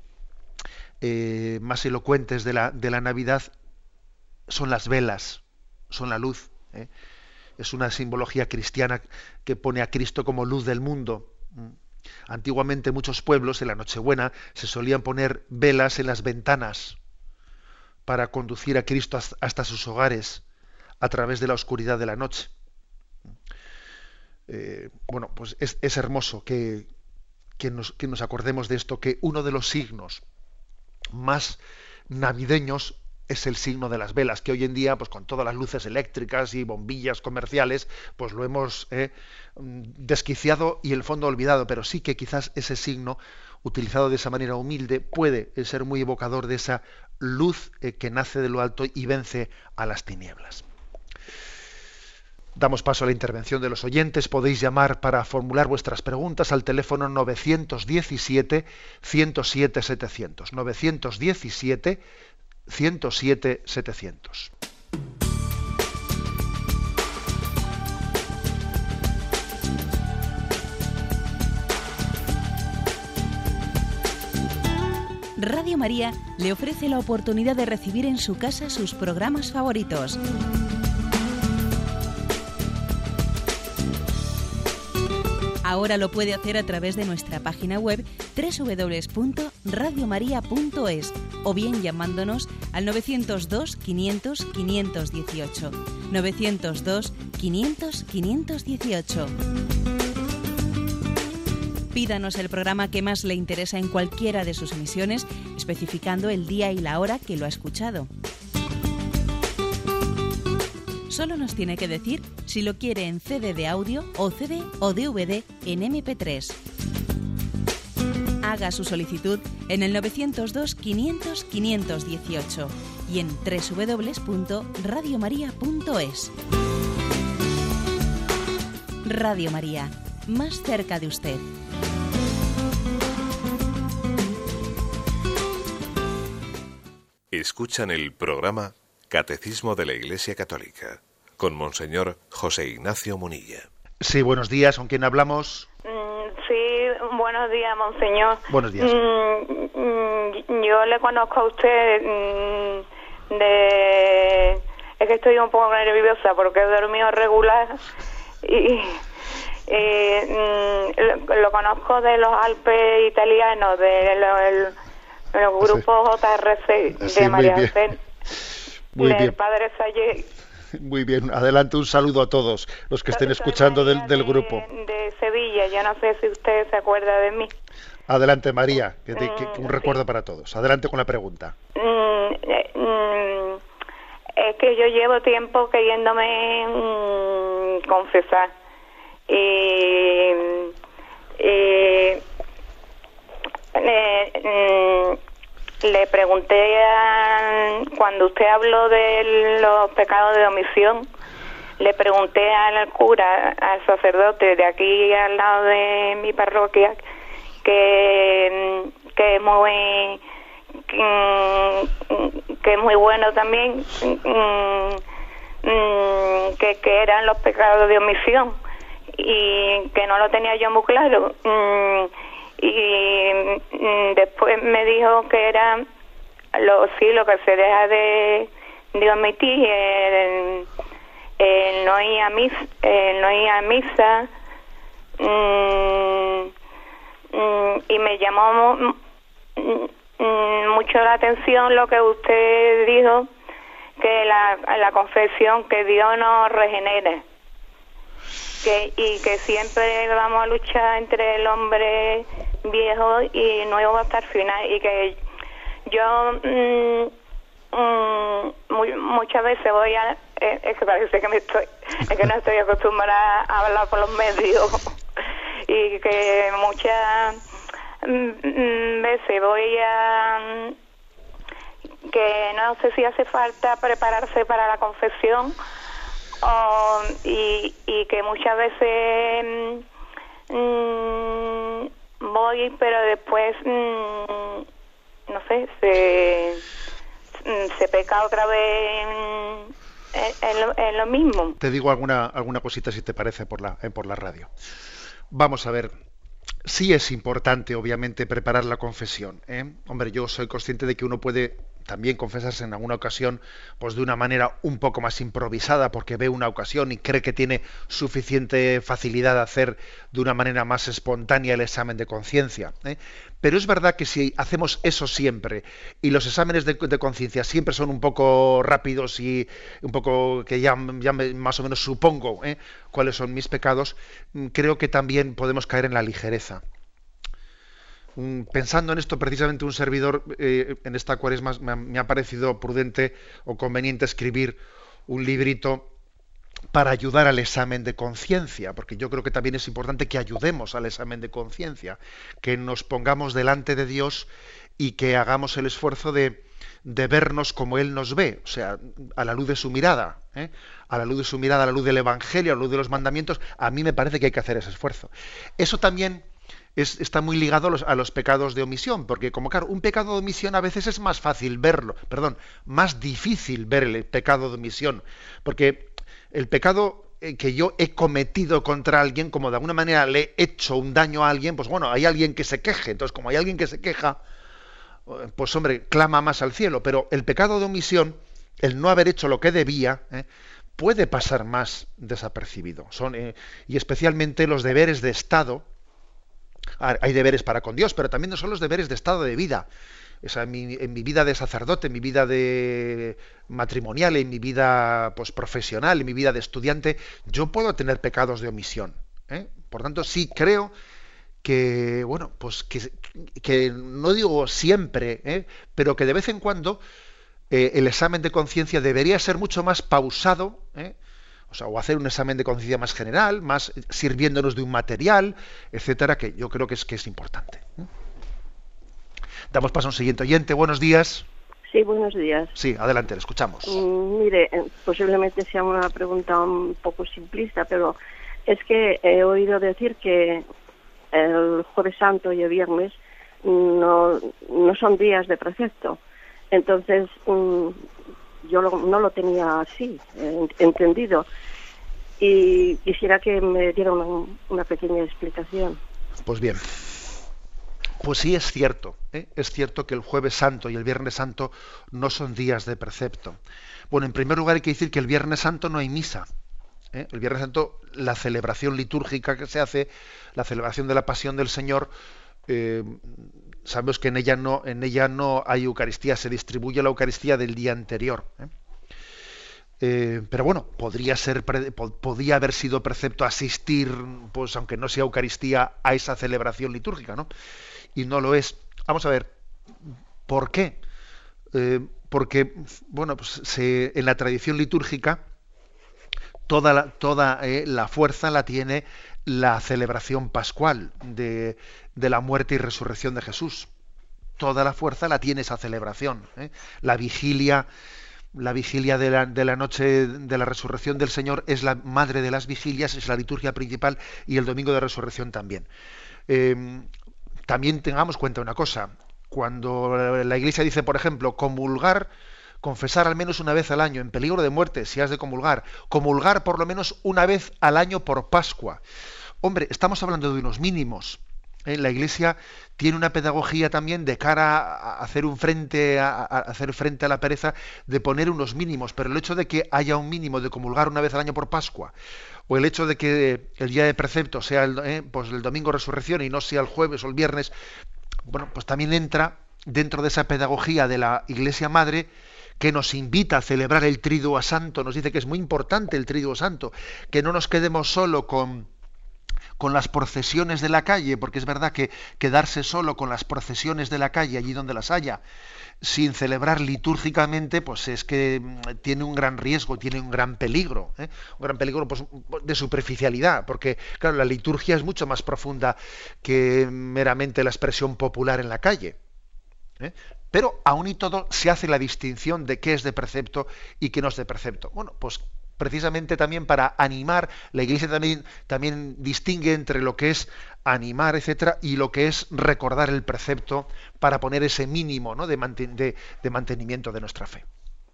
Speaker 2: elocuentes de la Navidad son las velas, son la luz. Es una simbología cristiana que pone a Cristo como luz del mundo. Antiguamente muchos pueblos en la Nochebuena se solían poner velas en las ventanas para conducir a Cristo hasta sus hogares a través de la oscuridad de la noche. Bueno, pues es hermoso que nos acordemos de esto, que uno de los signos más navideños es el signo de las velas, que hoy en día, pues con todas las luces eléctricas y bombillas comerciales, pues lo hemos desquiciado y el fondo olvidado, pero sí que quizás ese signo, utilizado de esa manera humilde, puede ser muy evocador de esa luz que nace de lo alto y vence a las tinieblas. Damos paso a la intervención de los oyentes. Podéis llamar para formular vuestras preguntas al teléfono 917-107-700. 917-107-700.
Speaker 1: Radio María le ofrece la oportunidad de recibir en su casa sus programas favoritos. Ahora lo puede hacer a través de nuestra página web www.radiomaria.es o bien llamándonos al 902 500 518. 902 500 518. Pídanos el programa que más le interesa en cualquiera de sus emisiones, especificando el día y la hora que lo ha escuchado. Solo nos tiene que decir si lo quiere en CD de audio o CD o DVD en MP3. Haga su solicitud en el 902 500 518 y en www.radiomaria.es. Radio María, más cerca de usted.
Speaker 3: Escuchan el programa Catecismo de la Iglesia Católica, con Monseñor José Ignacio Munilla.
Speaker 2: Sí, buenos días. ¿Con quién hablamos?
Speaker 4: Sí, buenos días, Monseñor.
Speaker 2: Buenos días.
Speaker 4: Yo le conozco a usted Es que estoy un poco nerviosa porque he dormido regular y lo conozco de los Alpes italianos, de los grupos JRC de María José.
Speaker 2: Muy bien.
Speaker 4: Padre Sayé.
Speaker 2: Muy bien, adelante, un saludo a todos los que estén escuchando del grupo.
Speaker 4: De Sevilla, yo no sé si usted se acuerda de mí.
Speaker 2: Adelante, María, que un recuerdo para todos. Adelante con la pregunta.
Speaker 4: Es que yo llevo tiempo queriéndome confesar. Le pregunté cuando usted habló de los pecados de omisión, le pregunté al cura, al sacerdote de aquí al lado de mi parroquia, que es muy bueno también, que eran los pecados de omisión, y que no lo tenía yo muy claro. Y después me dijo que era lo que se deja de omitir, el no ir a misa, y me llamó mucho la atención lo que usted dijo, que la confesión, que Dios nos regenera, y que siempre vamos a luchar entre el hombre viejo y nuevo hasta el final, y que yo muchas veces voy a es que parece que no estoy acostumbrada a hablar por los medios y que muchas veces voy a que no sé si hace falta prepararse para la confesión y que muchas veces voy, pero después no sé, se peca otra vez en lo mismo.
Speaker 2: Te digo alguna cosita, si te parece, por la radio. Vamos a ver. Sí es importante, obviamente, preparar la confesión, ¿eh? Hombre, yo soy consciente de que uno puede también confesarse en alguna ocasión, pues de una manera un poco más improvisada, porque ve una ocasión y cree que tiene suficiente facilidad de hacer de una manera más espontánea el examen de conciencia, ¿eh? Pero es verdad que si hacemos eso siempre, y los exámenes de conciencia siempre son un poco rápidos y un poco que ya más o menos supongo cuáles son mis pecados, creo que también podemos caer en la ligereza. pensando en esto, precisamente un servidor en esta Cuaresma me ha parecido prudente o conveniente escribir un librito para ayudar al examen de conciencia, porque yo creo que también es importante que ayudemos al examen de conciencia, que nos pongamos delante de Dios y que hagamos el esfuerzo de vernos como Él nos ve, o sea, a la luz de su mirada, a la luz de su mirada, a la luz del Evangelio, a la luz de los mandamientos. A mí me parece que hay que hacer ese esfuerzo. Eso también está muy ligado a los pecados de omisión, porque como claro, un pecado de omisión a veces es más fácil verlo, más difícil ver el pecado de omisión, porque el pecado que yo he cometido contra alguien, como de alguna manera le he hecho un daño a alguien, pues bueno, hay alguien que se queje. Entonces, como hay alguien que se queja, pues hombre, clama más al cielo. Pero el pecado de omisión, el no haber hecho lo que debía, puede pasar más desapercibido. Y especialmente los deberes de Estado. Hay deberes para con Dios, pero también no son los deberes de estado de vida. O sea, en mi vida de sacerdote, en mi vida de matrimonial, en mi vida pues, profesional, en mi vida de estudiante, yo puedo tener pecados de omisión. Por tanto, sí creo que, bueno, pues que no digo siempre, pero que de vez en cuando el examen de conciencia debería ser mucho más pausado, o sea, o hacer un examen de conciencia más general, más sirviéndonos de un material, etcétera, que yo creo que es importante. Damos paso a un siguiente oyente. Buenos días.
Speaker 5: Sí, buenos días.
Speaker 2: Sí, adelante, le escuchamos.
Speaker 5: Mire, posiblemente sea una pregunta un poco simplista, pero es que he oído decir que el Jueves Santo y el Viernes no son días de precepto. Entonces, yo no lo tenía así, entendido. Y quisiera que me diera una pequeña explicación.
Speaker 2: Pues bien. Pues sí, es cierto. Es cierto que el Jueves Santo y el Viernes Santo no son días de precepto. Bueno, en primer lugar hay que decir que el Viernes Santo no hay misa. El Viernes Santo, la celebración litúrgica que se hace, la celebración de la Pasión del Señor, sabemos que en ella no hay Eucaristía, se distribuye la Eucaristía del día anterior. Pero bueno, podía haber sido precepto asistir, pues aunque no sea Eucaristía, a esa celebración litúrgica, ¿no? Y no lo es. Vamos a ver, ¿por qué? Porque, bueno, pues en la tradición litúrgica toda la fuerza la tiene la celebración pascual de la muerte y resurrección de Jesús. Toda la fuerza la tiene esa celebración. La vigilia de la noche de la resurrección del Señor es la madre de las vigilias, es la liturgia principal, y el domingo de resurrección también. También tengamos cuenta una cosa: cuando la Iglesia dice, por ejemplo, confesar al menos una vez al año, en peligro de muerte si has de comulgar por lo menos una vez al año por Pascua. Hombre, estamos hablando de unos mínimos. La Iglesia tiene una pedagogía también de cara a hacer frente a la pereza, de poner unos mínimos, pero el hecho de que haya un mínimo de comulgar una vez al año por Pascua, o el hecho de que el día de precepto sea pues el domingo resurrección y no sea el jueves o el viernes, bueno, pues también entra dentro de esa pedagogía de la Iglesia Madre, que nos invita a celebrar el Triduo Santo. Nos dice que es muy importante el Triduo Santo, que no nos quedemos solo con las procesiones de la calle, porque es verdad que quedarse solo con las procesiones de la calle, allí donde las haya, sin celebrar litúrgicamente, pues es que tiene un gran riesgo, tiene un gran peligro, pues, de superficialidad, porque claro, la liturgia es mucho más profunda que meramente la expresión popular en la calle. Pero aún y todo se hace la distinción de qué es de precepto y qué no es de precepto. Bueno, pues precisamente también para animar, la Iglesia también distingue entre lo que es animar, etcétera, y lo que es recordar el precepto para poner ese mínimo, ¿no?, de mantenimiento de nuestra fe.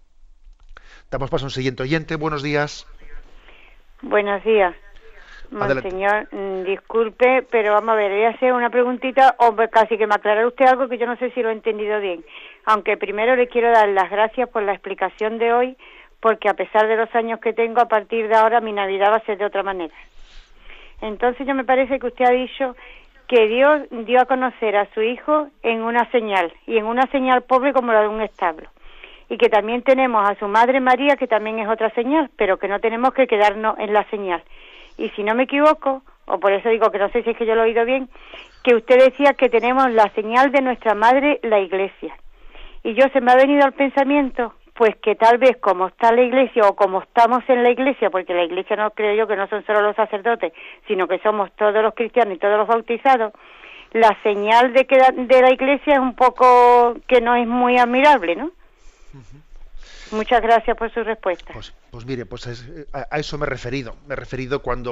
Speaker 2: Damos paso a un siguiente oyente. Buenos días.
Speaker 6: Buenos días. Monseñor, disculpe, pero vamos a ver, voy a hacer una preguntita, o casi que me aclarara usted algo que yo no sé si lo he entendido bien. Aunque primero le quiero dar las gracias por la explicación de hoy, porque a pesar de los años que tengo, a partir de ahora mi Navidad va a ser de otra manera. Entonces yo me parece que usted ha dicho que Dios dio a conocer a su Hijo en una señal, y en una señal pobre como la de un establo. Y que también tenemos a su Madre María, que también es otra señal, pero que no tenemos que quedarnos en la señal. Y si no me equivoco, o por eso digo que no sé si es que yo lo he oído bien, que usted decía que tenemos la señal de nuestra madre, la Iglesia. Y yo se me ha venido al pensamiento, pues que tal vez como está la Iglesia o como estamos en la Iglesia, porque la Iglesia no creo yo que no son solo los sacerdotes, sino que somos todos los cristianos y todos los bautizados, la señal de la Iglesia es un poco que no es muy admirable, ¿no? Uh-huh. Muchas gracias por su respuesta.
Speaker 2: Pues mire, pues a eso me he referido cuando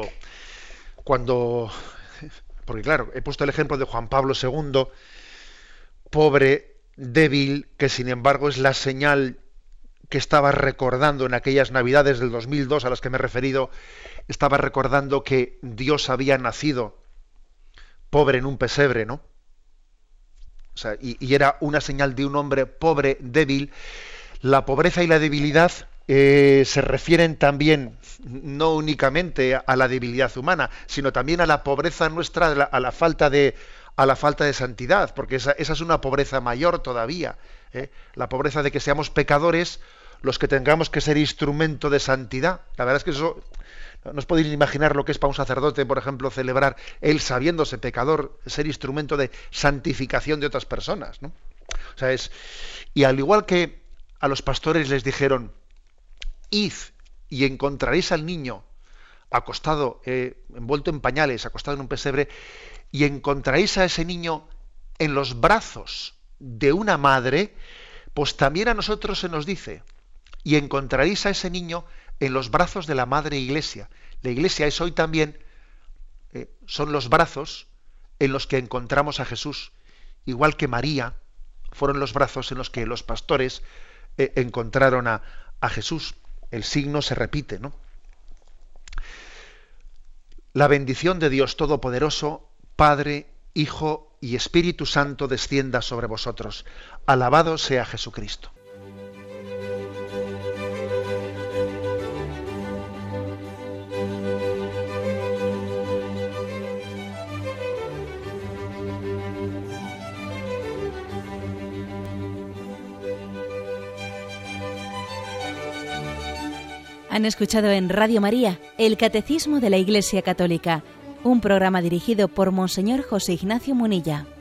Speaker 2: porque claro, he puesto el ejemplo de Juan Pablo II, pobre, débil, que sin embargo es la señal que estaba recordando en aquellas Navidades del 2002 a las que me he referido, estaba recordando que Dios había nacido pobre en un pesebre, ¿no? O sea, y era una señal de un hombre pobre, débil. La pobreza y la debilidad se refieren también no únicamente a la debilidad humana, sino también a la pobreza nuestra, a la falta de santidad, porque esa es una pobreza mayor todavía, ¿eh? La pobreza de que seamos pecadores los que tengamos que ser instrumento de santidad. La verdad es que eso, no os podéis imaginar lo que es para un sacerdote, por ejemplo, celebrar, él sabiéndose pecador, ser instrumento de santificación de otras personas, ¿no? O sea, y al igual que a los pastores les dijeron, id y encontraréis al niño acostado, envuelto en pañales, acostado en un pesebre, y encontraréis a ese niño en los brazos de una madre, pues también a nosotros se nos dice, y encontraréis a ese niño en los brazos de la Madre Iglesia. La Iglesia es hoy también, son los brazos en los que encontramos a Jesús, igual que María fueron los brazos en los que los pastores encontraron a Jesús. El signo se repite, ¿no? La bendición de Dios Todopoderoso, Padre, Hijo y Espíritu Santo descienda sobre vosotros. Alabado sea Jesucristo.
Speaker 1: Han escuchado en Radio María el Catecismo de la Iglesia Católica, un programa dirigido por Monseñor José Ignacio Munilla.